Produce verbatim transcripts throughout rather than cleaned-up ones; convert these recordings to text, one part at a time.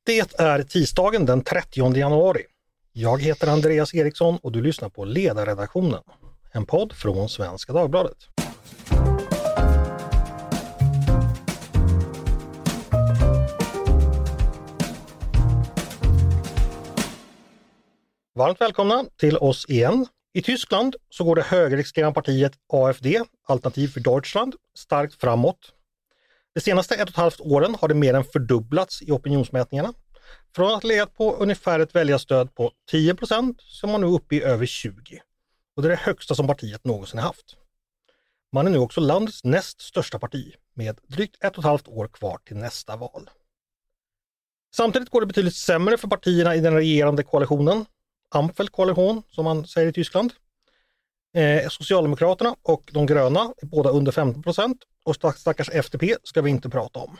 Det är tisdagen den trettionde januari. Jag heter Andreas Eriksson och du lyssnar på Ledarredaktionen, en podd från Svenska Dagbladet. Varmt välkomna till oss igen. I Tyskland så går det högerextrema partiet A F D, Alternativ för Deutschland, starkt framåt. De senaste ett och ett halvt åren har det mer än fördubblats i opinionsmätningarna. Från att legat på ungefär ett väljarstöd på tio procent så är man nu uppe i över tjugo. Och det är det högsta som partiet någonsin haft. Man är nu också landets näst största parti med drygt ett och ett halvt år kvar till nästa val. Samtidigt går det betydligt sämre för partierna i den regerande koalitionen. Ampelkoalition som man säger i Tyskland. Eh, Socialdemokraterna och de gröna är båda under femton procent och stackars F D P ska vi inte prata om.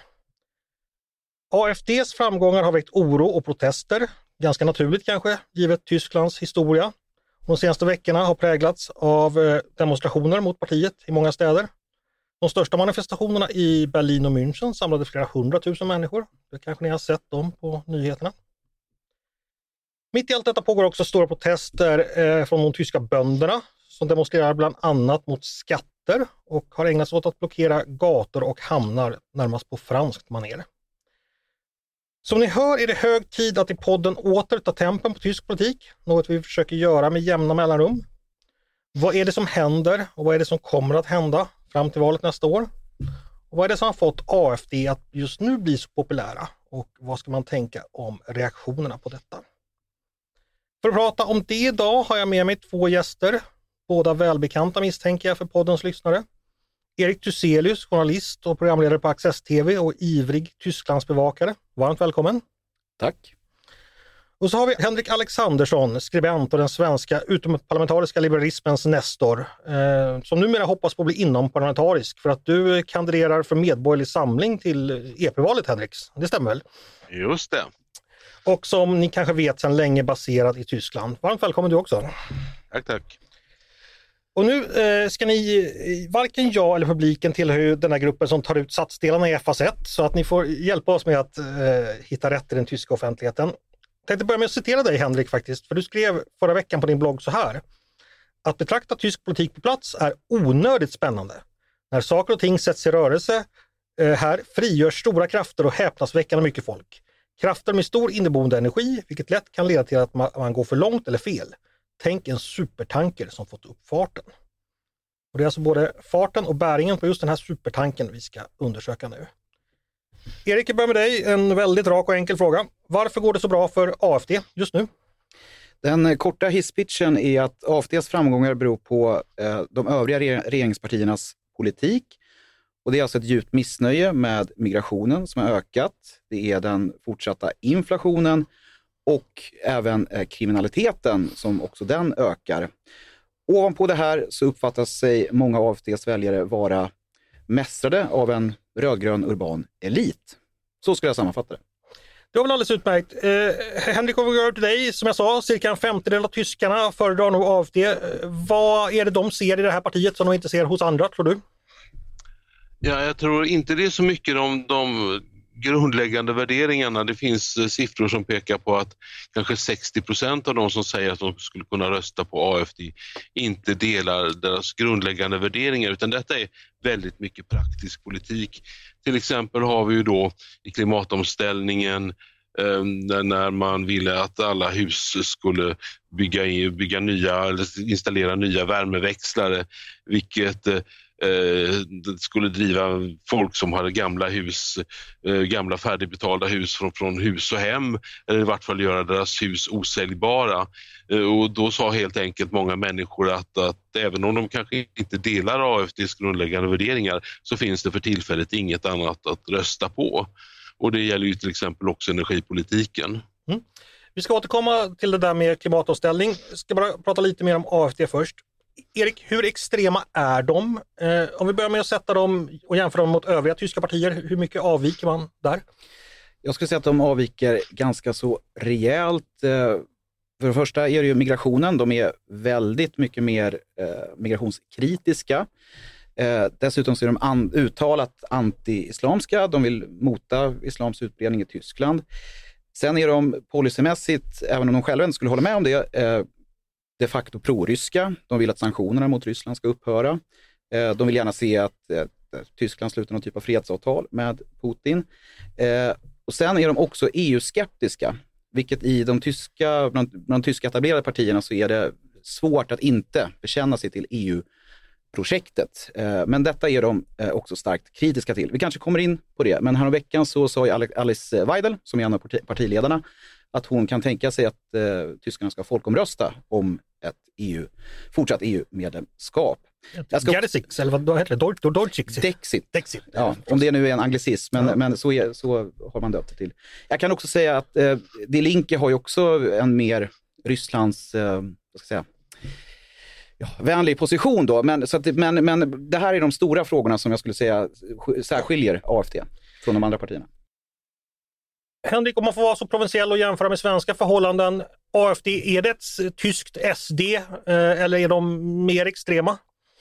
A F Ds framgångar har väckt oro och protester, ganska naturligt kanske, givet Tysklands historia. De senaste veckorna har präglats av eh, demonstrationer mot partiet i många städer. De största manifestationerna i Berlin och München samlade flera hundratusen människor. Det kanske ni har sett dem på nyheterna. Mitt i allt detta pågår också stora protester eh, från de tyska bönderna som demonstrerar bland annat mot skatter och har ägnat sig åt att blockera gator och hamnar närmast på franskt manér. Som ni hör är det hög tid att i podden åter ta tempen på tysk politik, något vi försöker göra med jämna mellanrum. Vad är det som händer och vad är det som kommer att hända fram till valet nästa år? Och vad är det som har fått A F D att just nu bli så populära och vad ska man tänka om reaktionerna på detta? För att prata om det idag har jag med mig två gäster, båda välbekanta misstänker jag för poddens lyssnare. Erik Thyselius, journalist och programledare på Access T V och ivrig Tysklandsbevakare. Varmt välkommen. Tack. Och så har vi Henrik Alexandersson, skribent och den svenska utomparlamentariska liberalismens nestor, eh, som numera hoppas på att bli inomparlamentarisk för att du kandiderar för medborgerlig samling till E P-valet, Henrik. Det stämmer väl? Just det. Och som ni kanske vet sedan länge baserad i Tyskland. Varmt välkommen du också. Tack, tack. Och nu eh, ska ni, varken jag eller publiken tillhör ju den här gruppen som tar ut satsdelarna i F A S ett, så att ni får hjälpa oss med att eh, hitta rätt i den tyska offentligheten. Jag tänkte börja med att citera dig, Henrik, faktiskt, för du skrev förra veckan på din blogg så här: att betrakta tysk politik på plats är onödigt spännande. När saker och ting sätts i rörelse eh, här frigörs stora krafter och häpnadsväckande mycket folk. Krafter med stor inneboende energi, vilket lätt kan leda till att man, man går för långt eller fel. Tänk en supertanker som fått upp farten. Och det är alltså både farten och bäringen på just den här supertanken vi ska undersöka nu. Erik, jag börjar med dig. En väldigt rak och enkel fråga. Varför går det så bra för A F D just nu? Den korta hisspitchen är att A F Ds framgångar beror på eh, de övriga regeringspartiernas politik. Och det är alltså ett djupt missnöje med migrationen som har ökat. Det är den fortsatta inflationen och även eh, kriminaliteten som också den ökar. Ovanpå det här så uppfattas sig många A F Ds väljare vara mästrade av en rödgrön urban elit. Så skulle jag sammanfatta det. Det var väl alldeles utmärkt. Eh, Henrik, om vi går till dig, som jag sa, cirka en femtedel av tyskarna föredrar nog A F D. Eh, vad är det de ser i det här partiet som de inte ser hos andra, tror du? Ja, jag tror inte det är så mycket om de grundläggande värderingarna. Det finns siffror som pekar på att kanske sextio procent av de som säger att de skulle kunna rösta på A F D inte delar deras grundläggande värderingar, utan detta är väldigt mycket praktisk politik. Till exempel har vi ju då i klimatomställningen eh, när man ville att alla hus skulle bygga, bygga nya eller installera nya värmeväxlare, vilket eh, det skulle driva folk som hade gamla hus, gamla färdigbetalda hus från, från hus och hem, eller i vart fall göra deras hus osäljbara. Och då sa helt enkelt många människor att, att även om de kanske inte delar A F Ds grundläggande värderingar så finns det för tillfället inget annat att rösta på. Och det gäller ju till exempel också energipolitiken. Mm. Vi ska återkomma till det där med klimatomställning. Jag ska bara prata lite mer om A F D först. Erik, hur extrema är de? Eh, om vi börjar med att sätta dem och jämföra dem mot övriga tyska partier, hur mycket avviker man där? Jag skulle säga att de avviker ganska så rejält. För det första är det ju migrationen. De är väldigt mycket mer eh, migrationskritiska. Eh, dessutom så är de an- uttalat anti-islamska. De vill mota islams utbredning i Tyskland. Sen är de policymässigt, även om de själva inte skulle hålla med om det, eh, de facto pro-ryska. De vill att sanktionerna mot Ryssland ska upphöra. Eh, de vill gärna se att eh, Tyskland slutar någon typ av fredsavtal med Putin. Eh, och sen är de också E U-skeptiska, vilket i de tyska, bland, bland de tyska etablerade partierna så är det svårt att inte bekänna sig till E U-projektet. Eh, men detta är de eh, också starkt kritiska till. Vi kanske kommer in på det, men häromveckan så sa ju Alice Weidel, som är en av parti- partiledarna, att hon kan tänka sig att eh, tyskarna ska folkomrösta om ett E U, fortsatt E U-medlemskap. Gerdsix, eller vad heter det? Dort, Deutschix. Dexit. Dexit. Ja, om det nu är en anglicism, men, ja. men så, är, så har man döpt det till. Jag kan också säga att eh, Die Linke har ju också en mer Rysslands, eh, vad ska jag säga, ja, vänlig position då. Men, så att, men, men det här är de stora frågorna som jag skulle säga särskiljer A F D från de andra partierna. Henrik, om man får vara så provinsiell och jämföra med svenska förhållanden, A F D, är det ett tyskt S D eh, eller är de mer extrema?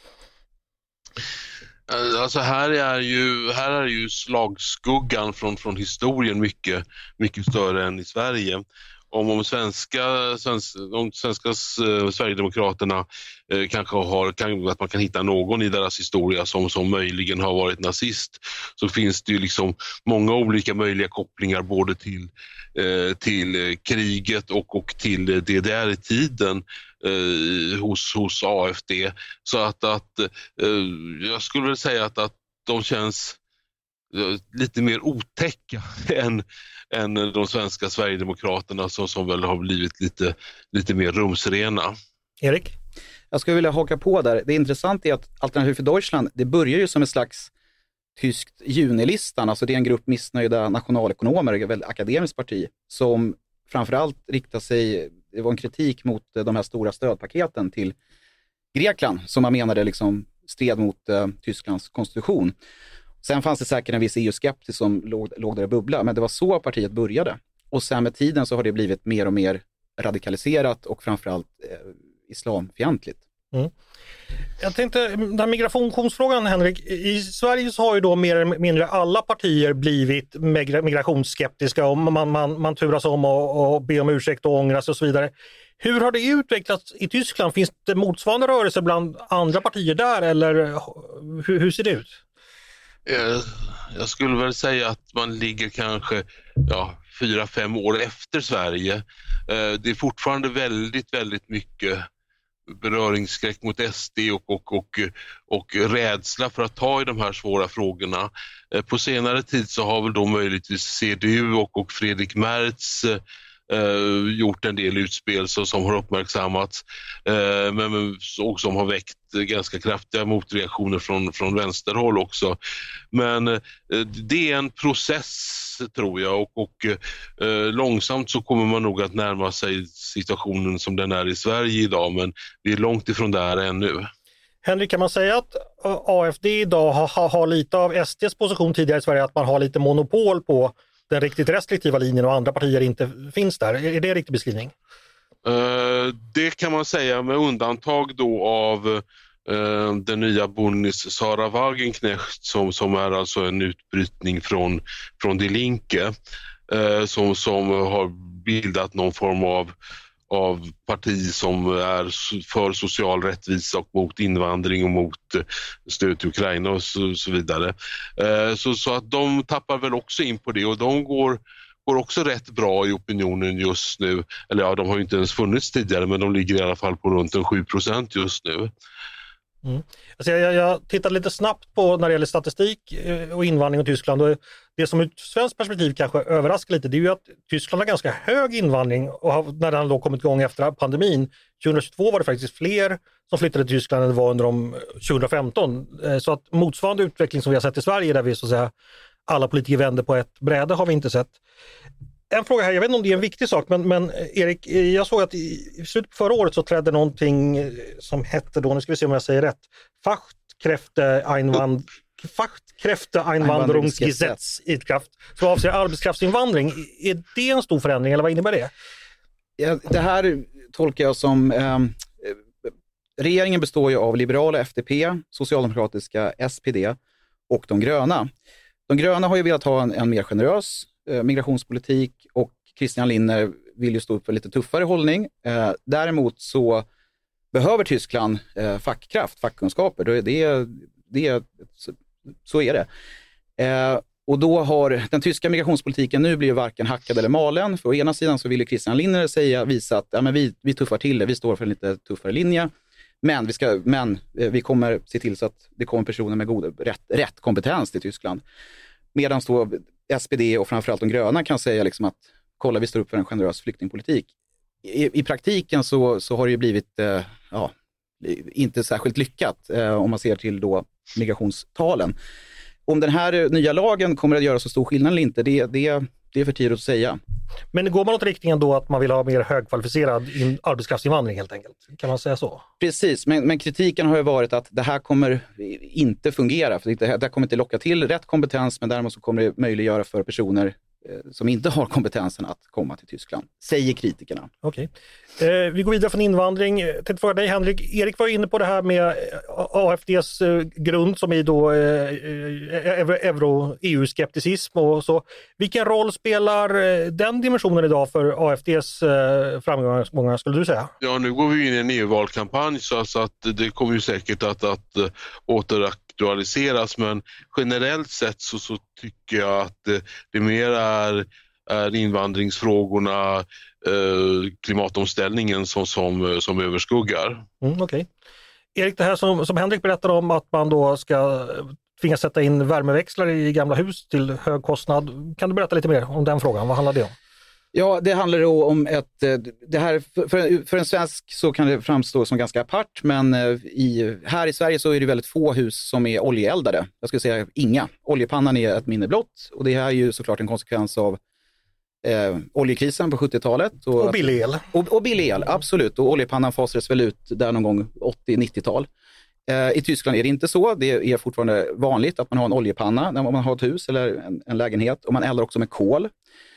Alltså här är ju, här är ju slagskuggan från, från historien mycket, mycket större än i Sverige. Om, om svenska, svenska, de svenska eh, Sverigedemokraterna eh, kanske har, kan, att man kan hitta någon i deras historia som, som möjligen har varit nazist, så finns det ju liksom många olika möjliga kopplingar både till, eh, till kriget och, och till D D R-tiden eh, hos, hos A F D. Så att, att eh, jag skulle väl säga att, att de känns lite mer otäcka än, än de svenska Sverigedemokraterna som, som väl har blivit lite, lite mer rumsrena. Erik? Jag skulle vilja haka på där. Det intressanta är att Alternativ för Deutschland, det börjar ju som en slags tyskt junilistan. Alltså det är en grupp missnöjda nationalekonomer, ett väldigt akademiskt parti, som framförallt riktar sig, det var en kritik mot de här stora stödpaketen till Grekland som man menade liksom stred mot uh, Tysklands konstitution. Sen fanns det säkert en viss E U-skeptisk som låg, låg där och bubbla, men det var så partiet började. Och sen med tiden så har det blivit mer och mer radikaliserat och framförallt eh, islamfientligt. Mm. Jag tänkte, den här migrationsfrågan, Henrik, i Sverige så har ju då mer eller mindre alla partier blivit migrationsskeptiska och man, man, man turas om och, och be om ursäkt och ångras och så vidare. Hur har det utvecklats i Tyskland? Finns det motsvarande rörelser bland andra partier där eller hur, hur ser det ut? Jag skulle väl säga att man ligger kanske ja, fyra, fem år efter Sverige. Det är fortfarande väldigt, väldigt mycket beröringsskräck mot S D och, och, och, och rädsla för att ta i de här svåra frågorna. På senare tid så har väl då möjligtvis C D U och, och Fredrik Merz Uh, gjort en del utspel så, som har uppmärksammats uh, men, men, och som har väckt ganska kraftiga motreaktioner från, från vänsterhåll också. Men uh, det är en process tror jag och, och uh, långsamt så kommer man nog att närma sig situationen som den är i Sverige idag, men vi är långt ifrån där ännu. Henrik, kan man säga att A F D idag har, har lite av S D:s position tidigare i Sverige, att man har lite monopol på den riktigt restriktiva linjen och andra partier inte finns där? Är det en riktig beskrivning? Uh, det kan man säga med undantag då av uh, den nya Bundes Sarah Wagenknecht som, som är alltså en utbrytning från, från Die Linke uh, som, som har bildat någon form av av parti som är för social rättvisa och mot invandring och mot stöd till Ukraina och så, så vidare. Eh, så, så att de tappar väl också in på det och de går, går också rätt bra i opinionen just nu. Eller ja, de har ju inte ens funnits tidigare men de ligger i alla fall på runt en sju procent just nu. Mm. Alltså jag, jag tittade lite snabbt på när det gäller statistik och invandring i Tyskland och det som ur svenskt perspektiv kanske överraskar lite, det är ju att Tyskland har ganska hög invandring och har, när den då kommit igång efter pandemin. tjugohundratjugotvå var det faktiskt fler som flyttade till Tyskland än det var under de tjugohundrafemton. Så att motsvarande utveckling som vi har sett i Sverige där vi så att säga alla politiker vänder på ett bräde har vi inte sett. En fråga här, jag vet inte om det är en viktig sak, men, men Erik, jag såg att i, i slutet på förra året så trädde någonting som hette då, nu ska vi se om jag säger rätt, Fachkräfte-Einwand Fachkräfte-Einwanderungsgesetz i kraft, som avser arbetskraftsinvandring. Är det en stor förändring eller vad innebär det? Ja, det här tolkar jag som eh, regeringen består ju av liberala F D P, socialdemokratiska S P D och de gröna. De gröna har ju velat ha en, en mer generös eh, migrationspolitik och Christian Lindner vill ju stå upp för lite tuffare hållning. Eh, däremot så behöver Tyskland eh, fackkraft, fackkunskaper. Det, det, det, så, så är det. Eh, och då har den tyska migrationspolitiken nu blivit varken hackad eller malen. För å ena sidan så ville Christian Lindner säga, visa att ja, men vi, vi tuffar till det, vi står för en lite tuffare linje. Men vi, ska, men eh, vi kommer se till så att det kommer personer med god, rätt, rätt kompetens till Tyskland. Medan då S P D och framförallt de gröna kan säga liksom att kolla, vi står upp för en generös flyktingpolitik. I, i praktiken så, så har det ju blivit eh, ja, inte särskilt lyckat eh, om man ser till då migrationstalen. Om den här nya lagen kommer att göra så stor skillnad eller inte, det, det, det är för tidigt att säga. Men går man åt riktningen då att man vill ha mer högkvalificerad in, arbetskraftsinvandring helt enkelt? Kan man säga så? Precis, men, men kritiken har ju varit att det här kommer inte fungera. För det här, det här kommer inte locka till rätt kompetens, men däremot så kommer det möjliggöra för personer eh, som inte har kompetensen att komma till Tyskland, säger kritikerna. Okej. Eh, vi går vidare från invandring. Jag tänkte fråga dig, Henrik. Erik var inne på det här med A F D:s eh, grund som är då eh, euro-E U-skepticism och så. Vilken roll spelar eh, den dimensionen idag för A F D:s eh, framgångar, skulle du säga? Ja, nu går vi in i en E U-valkampanj så, så att det kommer ju säkert att, att uh, återaktualiseras, men generellt sett så, så tycker jag att uh, det mer är, är invandringsfrågorna, uh, klimatomställningen som, som, som överskuggar. Mm, Okej. Okay. Erik, det här som, som Henrik berättade om, att man då ska tvingas sätta in värmeväxlare i gamla hus till hög kostnad. Kan du berätta lite mer om den frågan? Vad handlar det om? Ja, det handlar då om ett, det här, för, för en svensk så kan det framstå som ganska apart, men i, här i Sverige så är det väldigt få hus som är oljeeldade. Jag skulle säga inga. Oljepannan är ett minne blott, och det här är ju såklart en konsekvens av eh, oljekrisen på sjuttiotalet. Och, och billig el. Och, och billig el, absolut. Och oljepannan fasades väl ut där någon gång åttio-nittiotal. Eh, I Tyskland är det inte så. Det är fortfarande vanligt att man har en oljepanna när man har ett hus eller en, en lägenhet, och man eldar också med kol.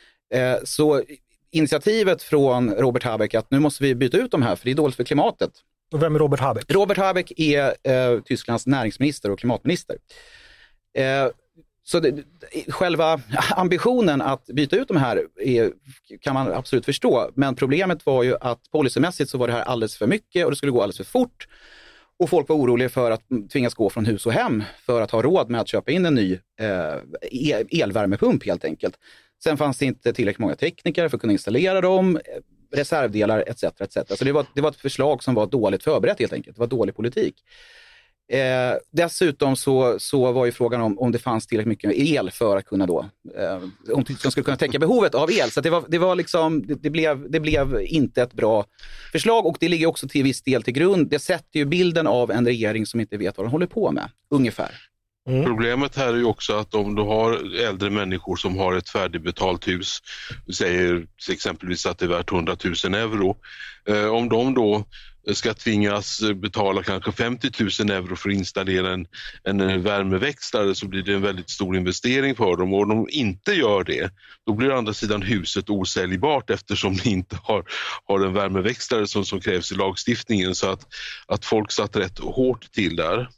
Så initiativet från Robert Habeck att nu måste vi byta ut de här för det är dåligt för klimatet. Och vem är Robert Habeck? Robert Habeck är eh, Tysklands näringsminister och klimatminister. Eh, så det, själva ambitionen att byta ut de här är, kan man absolut förstå. Men problemet var ju att policymässigt så var det här alldeles för mycket och det skulle gå alldeles för fort. Och folk var oroliga för att tvingas gå från hus och hem för att ha råd med att köpa in en ny eh, elvärmepump helt enkelt. Sen fanns det inte tillräckligt många tekniker för att kunna installera dem, reservdelar et cetera et cetera. Så det var, det var ett förslag som var dåligt förberett helt enkelt. Det var dålig politik. Eh, dessutom så, så var ju frågan om, om det fanns tillräckligt mycket el för att kunna då, eh, om Tyskland skulle kunna täcka behovet av el. Så det var, det var liksom, det, det, blev, det blev inte ett bra förslag, och det ligger också till viss del till grund. Det sätter ju bilden av en regering som inte vet vad den håller på med, ungefär. Mm. Problemet här är ju också att om du har äldre människor som har ett färdigbetalt hus, säger exempelvis att det är värt hundratusen euro, eh, om de då ska tvingas betala kanske femtio tusen euro för att installera en, en värmeväxlare, så blir det en väldigt stor investering för dem, och om de inte gör det, då blir andra sidan huset osäljbart eftersom de inte har, har en värmeväxlare som, som krävs i lagstiftningen, så att, att folk satt rätt hårt till där.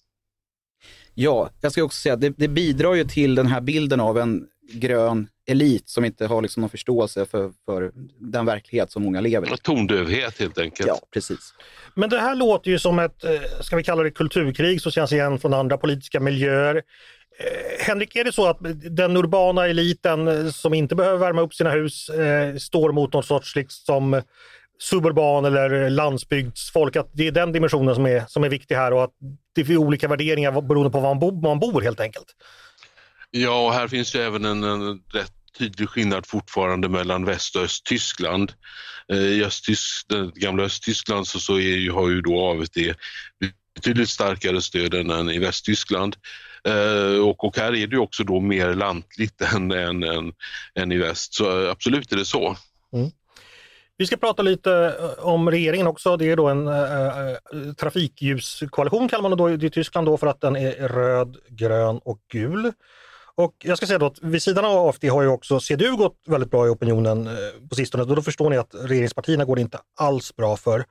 Ja, jag ska också säga att det, det bidrar ju till den här bilden av en grön elit som inte har liksom någon förståelse för, för den verklighet som många lever i. Tondövhet helt enkelt. Ja, precis. Men det här låter ju som ett, ska vi kalla det kulturkrig, så känns igen från andra politiska miljöer. Eh, Henrik, är det så att den urbana eliten som inte behöver värma upp sina hus eh, står mot någon sorts liksom suburban eller landsbygdsfolk, att det är den dimensionen som är, som är viktig här, och att det finns olika värderingar beroende på var man, bo, man bor helt enkelt? Ja, och här finns ju även en, en rätt tydlig skillnad fortfarande mellan Väst- och Östtyskland. Eh, I Östtysk, det gamla Östtyskland så, så är ju, har ju då A F D betydligt starkare stöd än i Västtyskland. Eh, och, och här är det ju också då mer lantligt än, än, än, än i väst, så absolut är det så. Mm. Vi ska prata lite om regeringen också. Det är då en äh, trafikljuskoalition kallar man det då i Tyskland då, för att den är röd, grön och gul. Och jag ska säga då att vid sidan av A F D har ju också C D U gått väldigt bra i opinionen eh, på sistone. Då, då förstår ni att regeringspartierna går det inte alls bra för.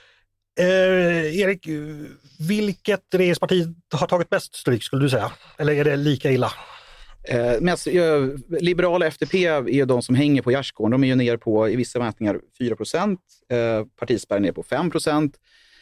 Eh, Erik, vilket regeringsparti har tagit bäst stryk skulle du säga? Eller är det lika illa? Eh, mest, eh, liberala F D P är ju de som hänger på gärdsgården. De är ju ner på i vissa mätningar fyra procent. Eh, partispärren är på fem procent.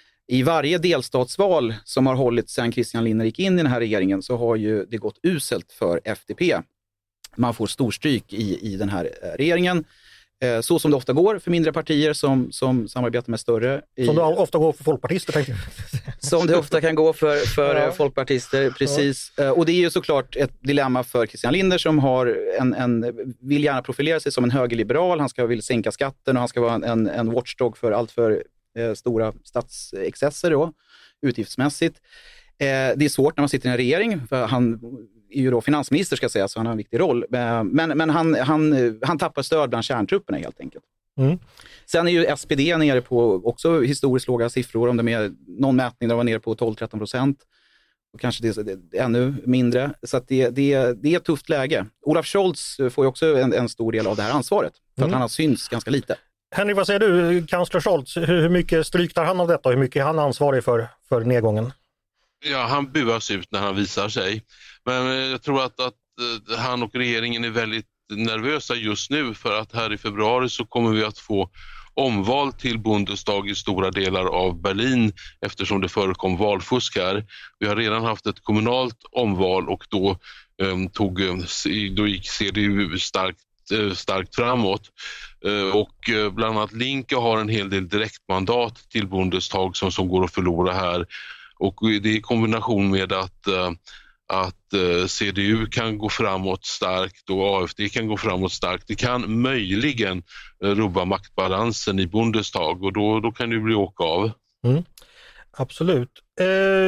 I varje delstatsval som har hållit sedan Christian Lindner gick in i den här regeringen så har ju det gått uselt för F D P. Man får storstryk i, i den här regeringen. Eh, så som det ofta går för mindre partier som, som samarbetar med större. I, som det ofta går för folkpartister, tänkte jag. Som det ofta kan gå för, för ja. folkpartister, precis. Ja. Och det är ju såklart ett dilemma för Christian Lindner som har en, en, vill gärna profilera sig som en högerliberal. Han ska vill sänka skatten och han ska vara en, en watchdog för allt för eh, stora statsexcesser då, utgiftsmässigt. Eh, det är svårt när man sitter i en regering, för han är ju då finansminister ska jag säga, så han har en viktig roll. Men, men han, han, han tappar stöd bland kärntrupperna helt enkelt. Mm. Sen är ju S P D nere på också historiskt låga siffror. Om det är någon mätning där de var nere på tolv till tretton procent. Och kanske det är, det är ännu mindre. Så att det, det, det är ett tufft läge. Olaf Scholz får ju också en, en stor del av det här ansvaret. För mm. att han har syns ganska lite. Henrik, vad säger du? Kansler Scholz, hur, hur mycket stryktar han av detta? Och hur mycket är han ansvarig för, för nedgången? Ja, han buas ut när han visar sig. Men jag tror att, att han och regeringen är väldigt nervösa just nu, för att här i februari så kommer vi att få omval till Bundestag i stora delar av Berlin, eftersom det förekom valfusk här. Vi har redan haft ett kommunalt omval och då, um, tog, då gick C D U starkt, uh, starkt framåt. Uh, och uh, bland annat Linke har en hel del direktmandat till Bundestag som, som går att förlora här. Och det är i kombination med att uh, att eh, C D U kan gå framåt starkt och A F D kan gå framåt starkt. Det kan möjligen eh, rubba maktbalansen i Bundestag och då, då kan det bli åka av. Mm. Absolut. Eh,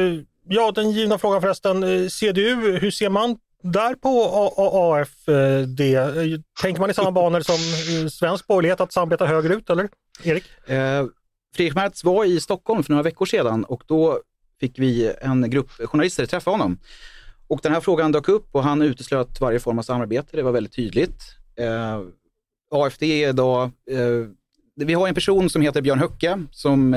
ja, den givna frågan förresten. C D U, hur ser man där på A F D? Tänker man i samma banor som svensk borgerlighet att samarbeta högerut, eller? Erik? Eh, Fredrik Merz var i Stockholm för några veckor sedan och då fick vi en grupp journalister träffa honom. Och den här frågan dök upp och han uteslöt varje form av samarbete. Det var väldigt tydligt. Eh, A F D är idag... Eh, vi har en person som heter Björn Höcke som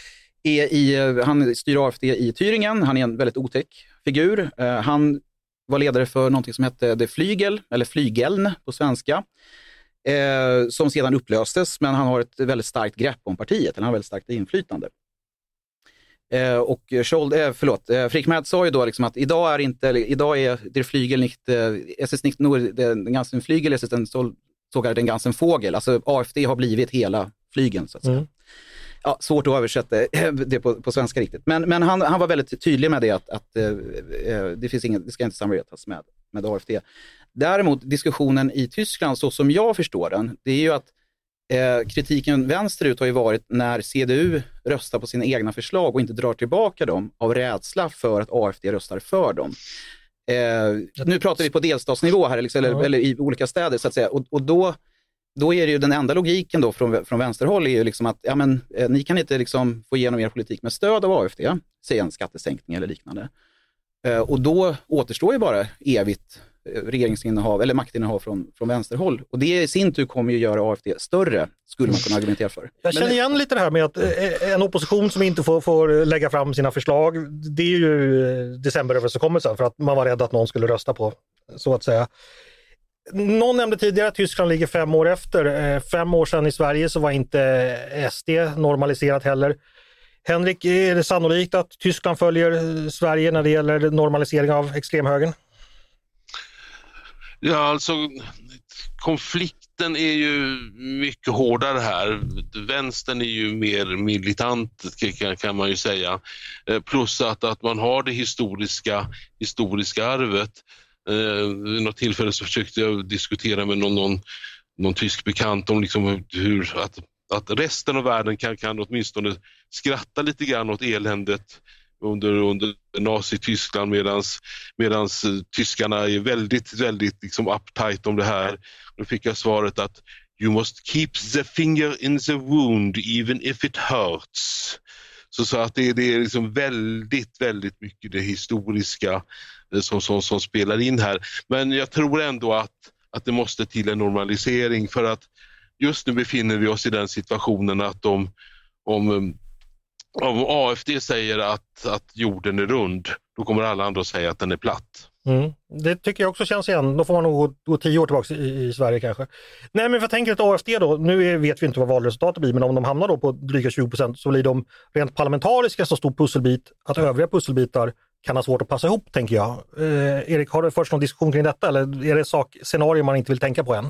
är i... Han styr A F D i Thüringen. Han är en väldigt otäck figur. Eh, han var ledare för någonting som hette Det Flygel, eller Flygeln på svenska. Eh, som sedan upplöstes, men han har ett väldigt starkt grepp om partiet. Han har väldigt starkt inflytande. Eh, och Scholz, eh, förlåt, eh, Fredrik Merz sa ju då liksom att idag är inte, idag är det Flygel inte, es ist nicht nur den ganzen Flygel, es ist den, sogar den ganzen Vogel. Alltså A F D har blivit hela flygen så att säga. Mm. Ja, svårt att översätta det på, på svenska riktigt. Men, men han, han var väldigt tydlig med det att, att eh, det, finns inget, det ska inte samarbetas med, med A F D. Däremot diskussionen i Tyskland, så som jag förstår den, det är ju att Eh, kritiken vänsterut har ju varit när C D U röstar på sina egna förslag och inte drar tillbaka dem av rädsla för att A F D röstar för dem. Eh, nu pratar vi på delstatsnivå här, liksom, eller, eller i olika städer så att säga. Och, och då, då är det ju den enda logiken då från, från vänsterhåll är ju liksom att ja, men, eh, ni kan inte liksom få igenom er politik med stöd av A F D, säga en skattesänkning eller liknande. Eh, och då återstår ju bara evigt regeringsinnehav eller maktinnehav från, från vänsterhåll. Och det i sin tur kommer ju göra A F D större, skulle man kunna argumentera för. Jag känner igen lite det här med att en opposition som inte får, får lägga fram sina förslag, det är ju decemberöverenskommelsen för att man var rädd att någon skulle rösta på, så att säga. Någon nämnde tidigare att Tyskland ligger fem år efter. Fem år sedan i Sverige så var inte S D normaliserat heller. Henrik, är det sannolikt att Tyskland följer Sverige när det gäller normalisering av extremhögern? Ja, alltså konflikten är ju mycket hårdare här. Vänstern är ju mer militant kan man ju säga. Plus att, att man har det historiska, historiska arvet. Vid något tillfälle så försökte jag diskutera med någon, någon, någon tysk bekant om liksom hur att, att resten av världen kan, kan åtminstone skratta lite grann åt eländet under, under Nazi-Tyskland medans, medans tyskarna är väldigt, väldigt liksom uptight om det här. Då fick jag svaret att you must keep the finger in the wound even if it hurts. Så, så att det, det är liksom väldigt, väldigt mycket det historiska som, som, som spelar in här. Men jag tror ändå att, att det måste till en normalisering, för att just nu befinner vi oss i den situationen att om, om Om A F D säger att, att jorden är rund, då kommer alla andra att säga att den är platt. Mm. Det tycker jag också känns igen. Då får man nog gå, gå tio år tillbaka i, i Sverige kanske. Nej, men för jag tänker att A F D då, nu är, vet vi inte vad valresultatet blir, men om de hamnar då på dryga tjugo procent så blir de rent parlamentariska så stor pusselbit att övriga pusselbitar kan ha svårt att passa ihop, tänker jag. Eh, Erik, har du först någon diskussion kring detta eller är det sak, scenario man inte vill tänka på än?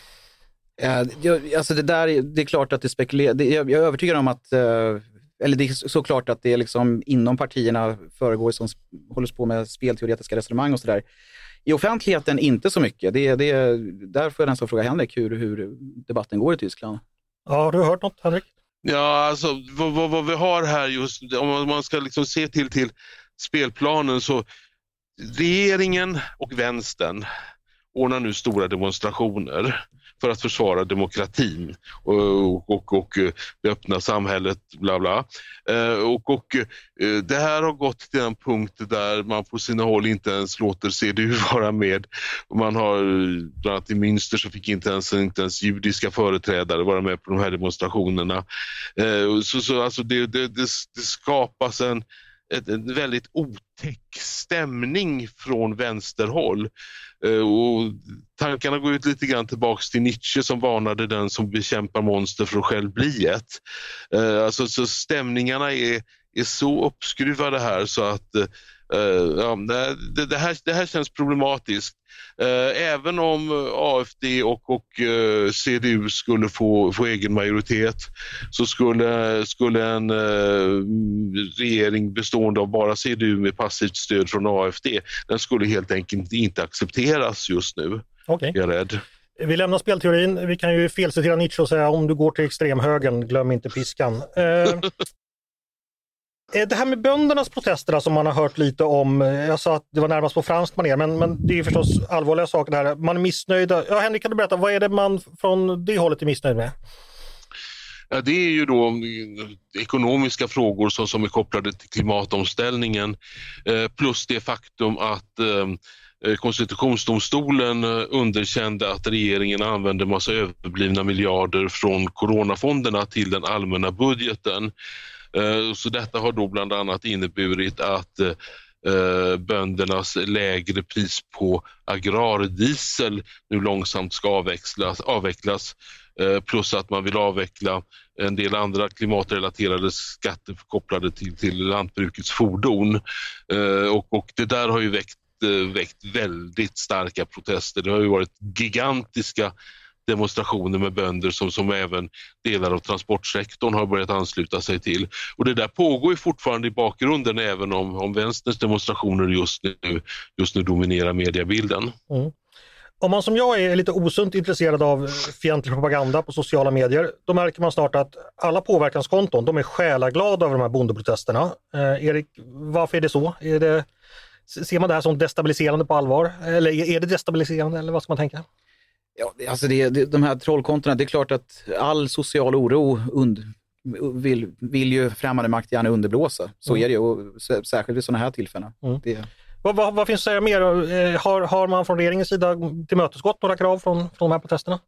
Uh, alltså det där, det är klart att det spekulerar, det, jag, jag är övertygad om att, uh, eller det är såklart att det är liksom inom partierna föregår som håller på med spelteoretiska resonemang och sådär. I offentligheten inte så mycket. Det, det, därför är den som frågar Henrik hur, hur debatten går i Tyskland. Ja, har du hört något, Henrik? Ja, alltså vad, vad, vad vi har här just, om man ska liksom se till, till spelplanen så regeringen och vänstern ordnar nu stora demonstrationer för att försvara demokratin och, och, och det öppna samhället, bla bla. Och, och det här har gått till en punkt där man på sina håll inte ens låter C D U vara med. Man har, bland annat i Münster så fick inte ens, inte ens judiska företrädare vara med på de här demonstrationerna. Så, så alltså det, det, det, det skapas en en väldigt otäck stämning från vänsterhåll. Och tankarna går ut lite grann tillbaks till Nietzsche som varnade den som bekämpar monster för att själv bli ett. Alltså så stämningarna är, är så uppskruvade här så att ja, det, det, här, det här känns problematiskt. Även om A F D och, och C D U skulle få, få egen majoritet så skulle, skulle en uh, regering bestående av bara C D U med passivt stöd från A F D, den skulle helt enkelt inte accepteras just nu. Okay. Jag är rädd. Vi lämnar spelteorin. Vi kan ju felcitera Nietzsche och säga om du går till extremhögern, glöm inte piskan. Uh, Det här med böndernas protester som man har hört lite om, jag sa att det var närmast på franskt manér, men, men det är förstås allvarliga saker det här. Man är missnöjda. Ja, Henrik, kan du berätta, vad är det man från det hållet är missnöjd med? Ja, det är ju då ekonomiska frågor som, som är kopplade till klimatomställningen eh, plus det faktum att eh, konstitutionsdomstolen underkände att regeringen använde massa överblivna miljarder från coronafonderna till den allmänna budgeten. Så detta har då bland annat inneburit att eh, böndernas lägre pris på agrardiesel nu långsamt ska avvecklas, avvecklas eh, plus att man vill avveckla en del andra klimatrelaterade skatter kopplade till, till lantbrukets fordon. Eh, och, och det där har ju väckt, eh, väckt väldigt starka protester. Det har ju varit gigantiska demonstrationer med bönder som, som även delar av transportsektorn har börjat ansluta sig till. Och det där pågår ju fortfarande i bakgrunden även om, om vänsterns demonstrationer just nu, just nu dominerar mediebilden. Mm. Om man som jag är lite osunt intresserad av fientlig propaganda på sociala medier, då märker man snart att alla påverkanskonton, de är själaglada över de här bondeprotesterna. Eh, Erik, varför är det så? Är det, ser man det här som destabiliserande på allvar? Eller är det destabiliserande eller vad ska man tänka? Ja, alltså det, det, de här trollkontona, det är klart att all social oro und, vill, vill ju främmande makt gärna underblåsa. Så mm. är det ju, och särskilt vid sådana här tillfällen. Mm. Det... Vad, vad, vad finns det att säga mer? Har, har man från regeringens sida tillmötesgått några krav från, från de här protesterna?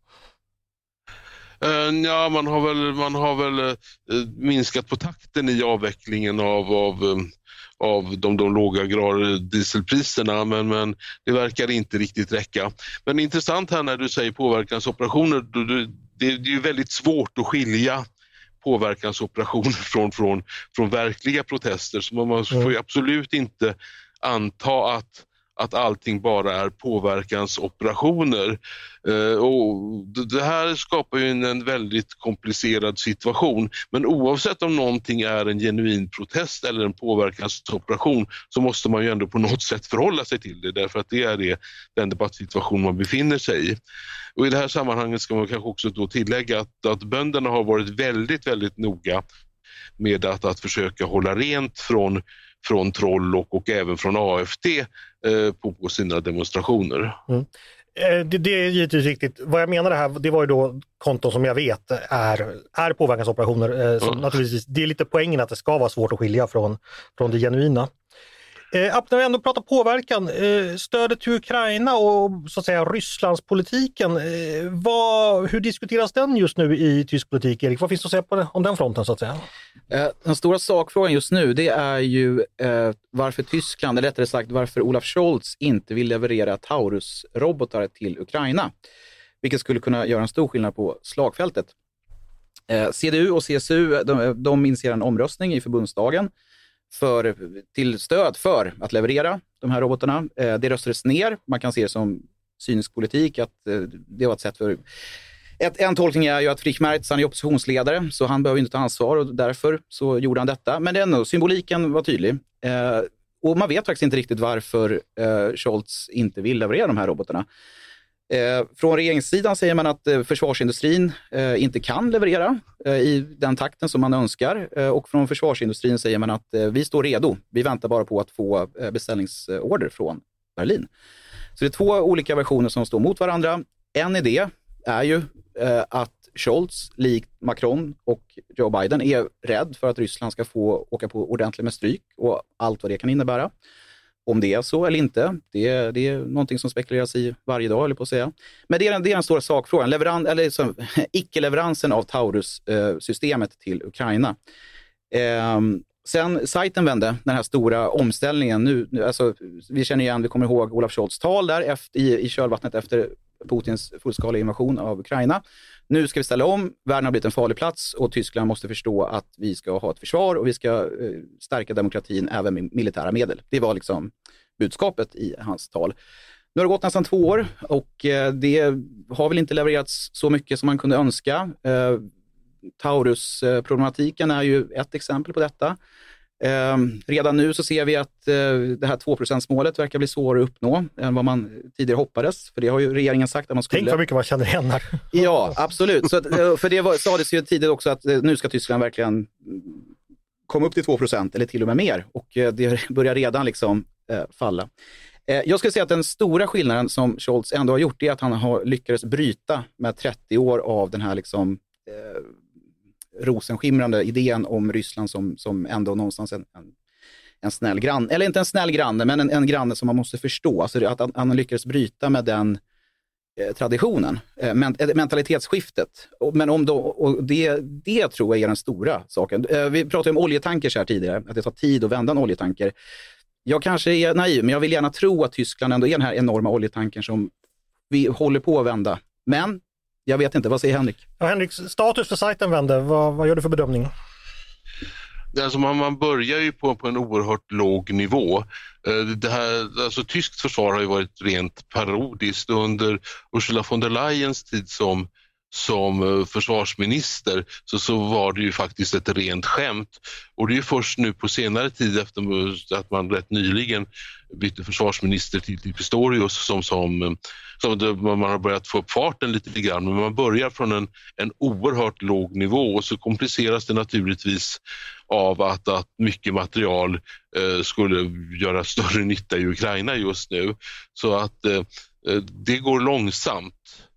Uh, ja, man har väl, man har väl uh, minskat på takten i avvecklingen av... av um... av de, de låga dieselpriserna men, men det verkar inte riktigt räcka. Men intressant här när du säger påverkansoperationer, du, du, det, det är ju väldigt svårt att skilja påverkansoperationer från, från, från verkliga protester, så man får ju absolut inte anta att att allting bara är påverkansoperationer. Eh, och det här skapar ju en, en väldigt komplicerad situation. Men oavsett om någonting är en genuin protest eller en påverkansoperation så måste man ju ändå på något sätt förhålla sig till det. Därför att det är det, den debattsituation man befinner sig i. Och i det här sammanhanget ska man kanske också då tillägga att, att bönderna har varit väldigt, väldigt noga med att, att försöka hålla rent från från troll och, och även från A F D eh, på, på sina demonstrationer. Mm. Eh, det, det är givetvis riktigt. Vad jag menar det här, det var ju då konton som jag vet är, är påverkansoperationer. Eh, så mm. naturligtvis, det är lite poängen att det ska vara svårt att skilja från, från det genuina. Eh, när vi ändå pratar påverkan, eh, stödet till Ukraina och så att säga Rysslandspolitiken, eh, vad, hur diskuteras den just nu i tysk politik, Erik? Vad finns det att säga på det, om den fronten så att säga? Eh, den stora sakfrågan just nu, det är ju eh, varför Tyskland, eller rättare sagt varför Olaf Scholz inte vill leverera Taurus-robotar till Ukraina, vilket skulle kunna göra en stor skillnad på slagfältet. Eh, C D U och C S U, de, de initierar en omröstning i förbundsdagen för, till stöd för att leverera de här robotarna. Eh, det röstades ner. Man kan se det som cynisk politik, att eh, det var ett sätt för... Ett, en tolkning är ju att Friedrich Merz, han är oppositionsledare, så han behöver inte ta ansvar och därför så gjorde han detta. Men det är ändå, symboliken var tydlig. Eh, och man vet faktiskt inte riktigt varför eh, Scholz inte vill leverera de här robotarna. Eh, från regeringssidan säger man att eh, försvarsindustrin eh, inte kan leverera eh, i den takten som man önskar. Eh, och från försvarsindustrin säger man att eh, vi står redo. Vi väntar bara på att få eh, beställningsorder från Berlin. Så det är två olika versioner som står mot varandra. En idé är ju eh, att Scholz, likt Macron och Joe Biden, är rädd för att Ryssland ska få åka på ordentligt med stryk och allt vad det kan innebära. Om det är så eller inte, det är, det är någonting som spekuleras i varje dag, eller på att säga. Men det är, det är den stora sakfrågan. Leveran, eller så, icke-leveransen av Taurus-systemet eh, till Ukraina. Eh, sen sajten vände, den här stora omställningen. Nu, alltså, vi känner igen, vi kommer ihåg Olaf Scholz tal där efter, i, i kölvattnet efter Putins fullskaliga invasion av Ukraina. Nu ska vi ställa om, världen har blivit en farlig plats och Tyskland måste förstå att vi ska ha ett försvar och vi ska eh, stärka demokratin även med militära medel. Det var liksom budskapet i hans tal. Nu har det gått nästan två år och eh, det har väl inte levererats så mycket som man kunde önska. Eh, Taurus-problematiken är ju ett exempel på detta. Eh, redan nu så ser vi att eh, det här två procent-målet verkar bli svårare att uppnå än vad man tidigare hoppades. För det har ju regeringen sagt att man skulle... Tänk vad mycket man känner igen här. Ja, absolut. Så att, för det var, sades ju tidigare också att eh, nu ska Tyskland verkligen komma upp till två procent eller till och med mer. Och eh, det börjar redan liksom eh, falla. Eh, jag skulle säga att den stora skillnaden som Scholz ändå har gjort är att han har lyckats bryta med trettio år av den här liksom... Eh, rosenskimrande idén om Ryssland som, som ändå någonstans en, en, en snäll granne, eller inte en snäll granne, men en, en granne som man måste förstå. Alltså att han, han lyckades bryta med den eh, traditionen, eh, men, eh, mentalitetsskiftet. Och, men om då, och det, det tror jag är den stora saken. Eh, vi pratade om oljetankers här tidigare, att det tar tid att vända en oljetanker. Jag kanske är naiv, men jag vill gärna tro att Tyskland ändå är den här enorma oljetankern som vi håller på att vända. Men jag vet inte, vad säger Henrik? Ja, Henrik, status för sajten vände. Vad, vad gör du för bedömning? Alltså man, man börjar ju på, på en oerhört låg nivå. Det här, alltså, tyskt försvar har ju varit rent parodiskt under Ursula von der Leyens tid som, som försvarsminister, så, så var det ju faktiskt ett rent skämt. Och det är ju först nu på senare tid efter att man rätt nyligen bytte försvarsminister till, till Pistorius som, som, som det, man har börjat få upp farten lite grann. Men man börjar från en, en oerhört låg nivå och så kompliceras det naturligtvis av att, att mycket material eh, skulle göra större nytta i Ukraina just nu. Så att eh, det går långsamt.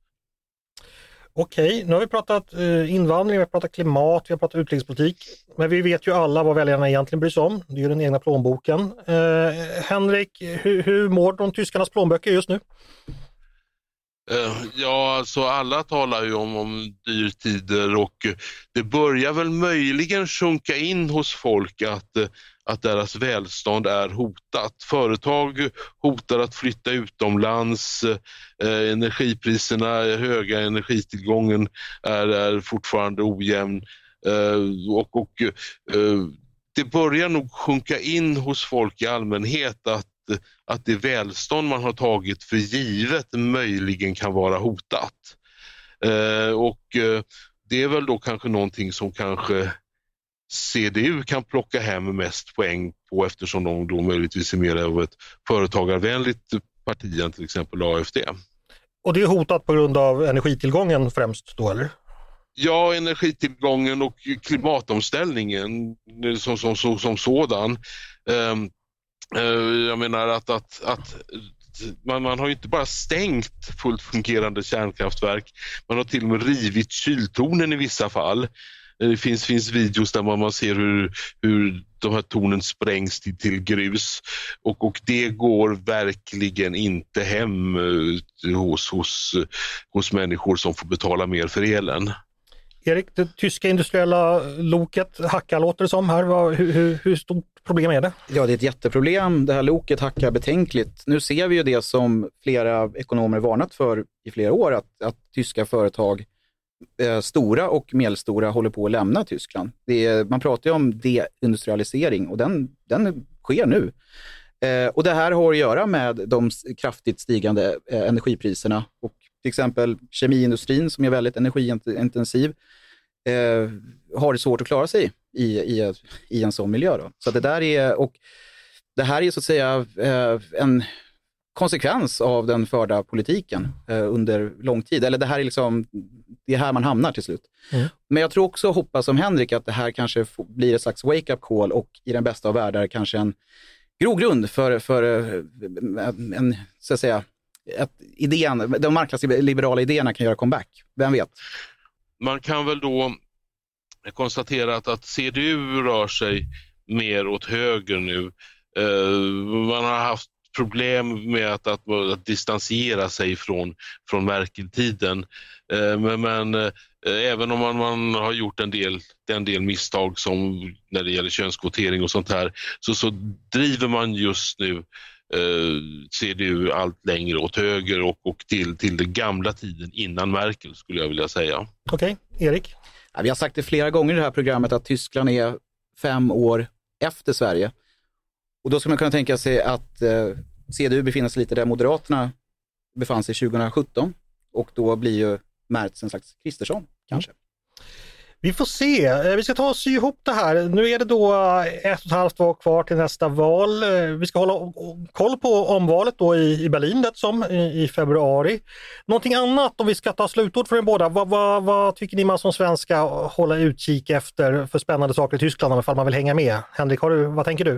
Okej, nu har vi pratat eh, invandring, vi har pratat klimat, vi har pratat utrikespolitik. Men vi vet ju alla vad väljarna egentligen bryr sig om. Det är ju den egna plånboken. Eh, Henrik, hur, hur mår de tyskarnas plånböcker just nu? Uh, ja, alltså alla talar ju om, om dyrtider och det börjar väl möjligen sjunka in hos folk att, att deras välstånd är hotat. Företag hotar att flytta utomlands, uh, energipriserna är höga, energitillgången är, är fortfarande ojämn uh, och, och uh, det börjar nog sjunka in hos folk i allmänhet att att det välstånd man har tagit för givet möjligen kan vara hotat. Eh, och eh, det är väl då kanske någonting som kanske C D U kan plocka hem mest poäng på, eftersom de då möjligtvis är mer av ett företagarvänligt parti än till exempel A F D. Och det är hotat på grund av energitillgången främst då, eller? Ja, energitillgången och klimatomställningen som, som, som, som sådan. Eh, Jag menar att, att, att man, man har ju inte bara stängt fullt fungerande kärnkraftverk, man har till och med rivit kyltornen i vissa fall. Det finns, finns videos där man ser hur, hur de här tornen sprängs till, till grus och, och det går verkligen inte hem hos, hos, hos människor som får betala mer för elen. Erik, det tyska industriella loket hackar låter det som här. Hur, hur, hur stort problem är det? Ja, det är ett jätteproblem. Det här loket hackar betänkligt. Nu ser vi ju det som flera ekonomer varnat för i flera år, att, att tyska företag, eh, stora och medelstora, håller på att lämna Tyskland. Det är, man pratar ju om deindustrialisering och den, den sker nu. Eh, och det här har att göra med de kraftigt stigande eh, energipriserna och till exempel kemiindustrin som är väldigt energiintensiv eh, har det svårt att klara sig i, i, i en sån miljö. Då. Så det där är, och det här är så att säga eh, en konsekvens av den förda politiken eh, under lång tid. Eller det här är liksom, det är här man hamnar till slut. Mm. Men jag tror också, hoppas som Henrik, att det här kanske blir ett slags wake-up call och i den bästa av världar kanske en grogrund för, för en, så att säga, att idén, de marknadsliberala idéerna kan göra comeback. Vem vet? Man kan väl då konstatera att, att C D U rör sig mer åt höger nu. Uh, man har haft problem med att, att, att distansera sig från, från Merkel-tiden. Uh, men men uh, även om man, man har gjort en del, en del misstag som när det gäller könskvotering och sånt här, så, så driver man just nu Uh, C D U allt längre åt höger och, och till, till den gamla tiden innan Merkel, skulle jag vilja säga. Okej, okay. Erik? Ja, vi har sagt det flera gånger i det här programmet att Tyskland är fem år efter Sverige. Och då skulle man kunna tänka sig att uh, C D U befinner sig lite där Moderaterna befann sig tjugohundrasjutton och då blir ju Merz en slags Kristersson, kanske. Mm. Vi får se. Vi ska ta och sy ihop det här. Nu är det då ett och ett halvt år kvar till nästa val. Vi ska hålla koll på omvalet då i Berlin, det som i februari. Någonting annat om vi ska ta slutord för den båda. Vad, vad, vad tycker ni man som svenska hålla utkik efter för spännande saker i Tyskland ifall man vill hänga med? Henrik, har du, vad tänker du?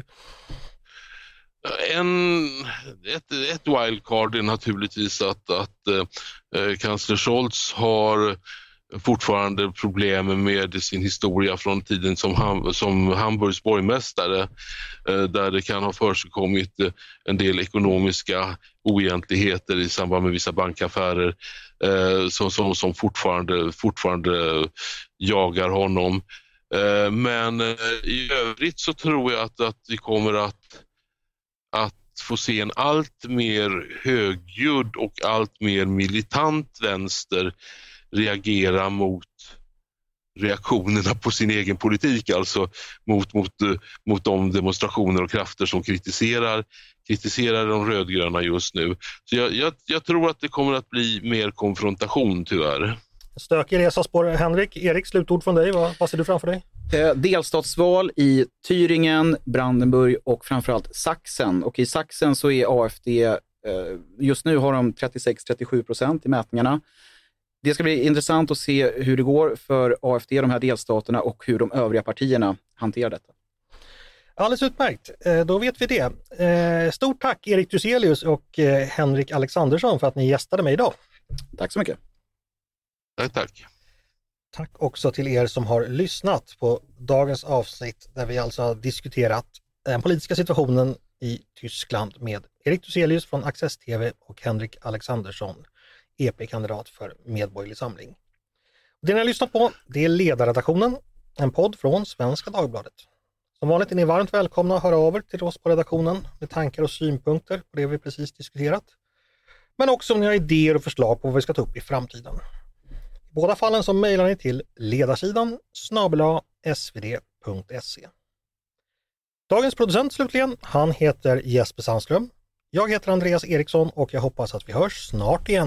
En, ett, ett wildcard är naturligtvis att, att eh, kansler Scholz har fortfarande problem med sin historia från tiden som, ham- som Hamburgs borgmästare, eh, där det kan ha förekommit eh, en del ekonomiska oegentligheter i samband med vissa bankaffärer eh, som, som, som fortfarande, fortfarande jagar honom. Eh, men eh, i övrigt så tror jag att, att vi kommer att, att få se en allt mer högljudd och allt mer militant vänster reagera mot reaktionerna på sin egen politik, alltså mot, mot, mot de demonstrationer och krafter som kritiserar, kritiserar de rödgröna just nu. Så jag, jag, jag tror att det kommer att bli mer konfrontation, tyvärr. Stökig resa spår, Henrik. Erik, slutord från dig. Vad, vad ser du framför dig? Eh, delstatsval i Thüringen, Brandenburg och framförallt Sachsen. Och i Sachsen så är A F D, eh, just nu har de trettiosex till trettiosju procent i mätningarna. Det ska bli intressant att se hur det går för A F D, de här delstaterna, och hur de övriga partierna hanterar detta. Alldeles utmärkt. Då vet vi det. Stort tack Erik Thyselius och Henrik Alexandersson för att ni gästade mig idag. Tack så mycket. Tack, tack. Tack också till er som har lyssnat på dagens avsnitt där vi alltså har diskuterat den politiska situationen i Tyskland med Erik Thyselius från Access T V och Henrik Alexandersson, E P-kandidat för Medborgerlig Samling. Det ni har lyssnat på, det är Ledarredaktionen, en podd från Svenska Dagbladet. Som vanligt är ni varmt välkomna att höra av er till oss på redaktionen med tankar och synpunkter på det vi precis diskuterat. Men också om ni har idéer och förslag på vad vi ska ta upp i framtiden. I båda fallen så mejlar ni till ledarsidan snabel-a s v d punkt se. Dagens producent slutligen, han heter Jesper Sandström. Jag heter Andreas Eriksson och jag hoppas att vi hörs snart igen.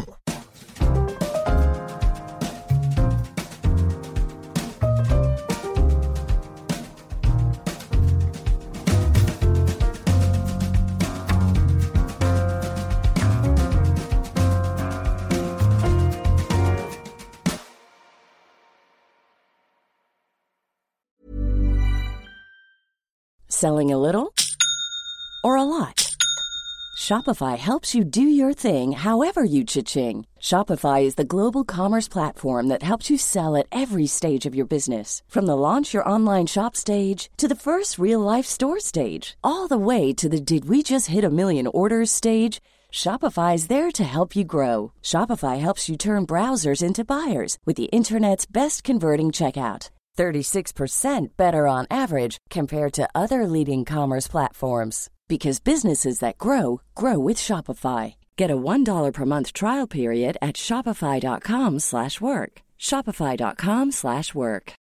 Selling a little or a lot? Shopify helps you do your thing however you cha-ching. Shopify is the global commerce platform that helps you sell at every stage of your business. From the launch your online shop stage to the first real-life store stage, all the way to the did we just hit a million orders stage. Shopify is there to help you grow. Shopify helps you turn browsers into buyers with the internet's best converting checkout. thirty-six percent better on average compared to other leading commerce platforms. Because businesses that grow, grow with Shopify. Get a one dollar per month trial period at shopify.com slash work. Shopify.com slash work.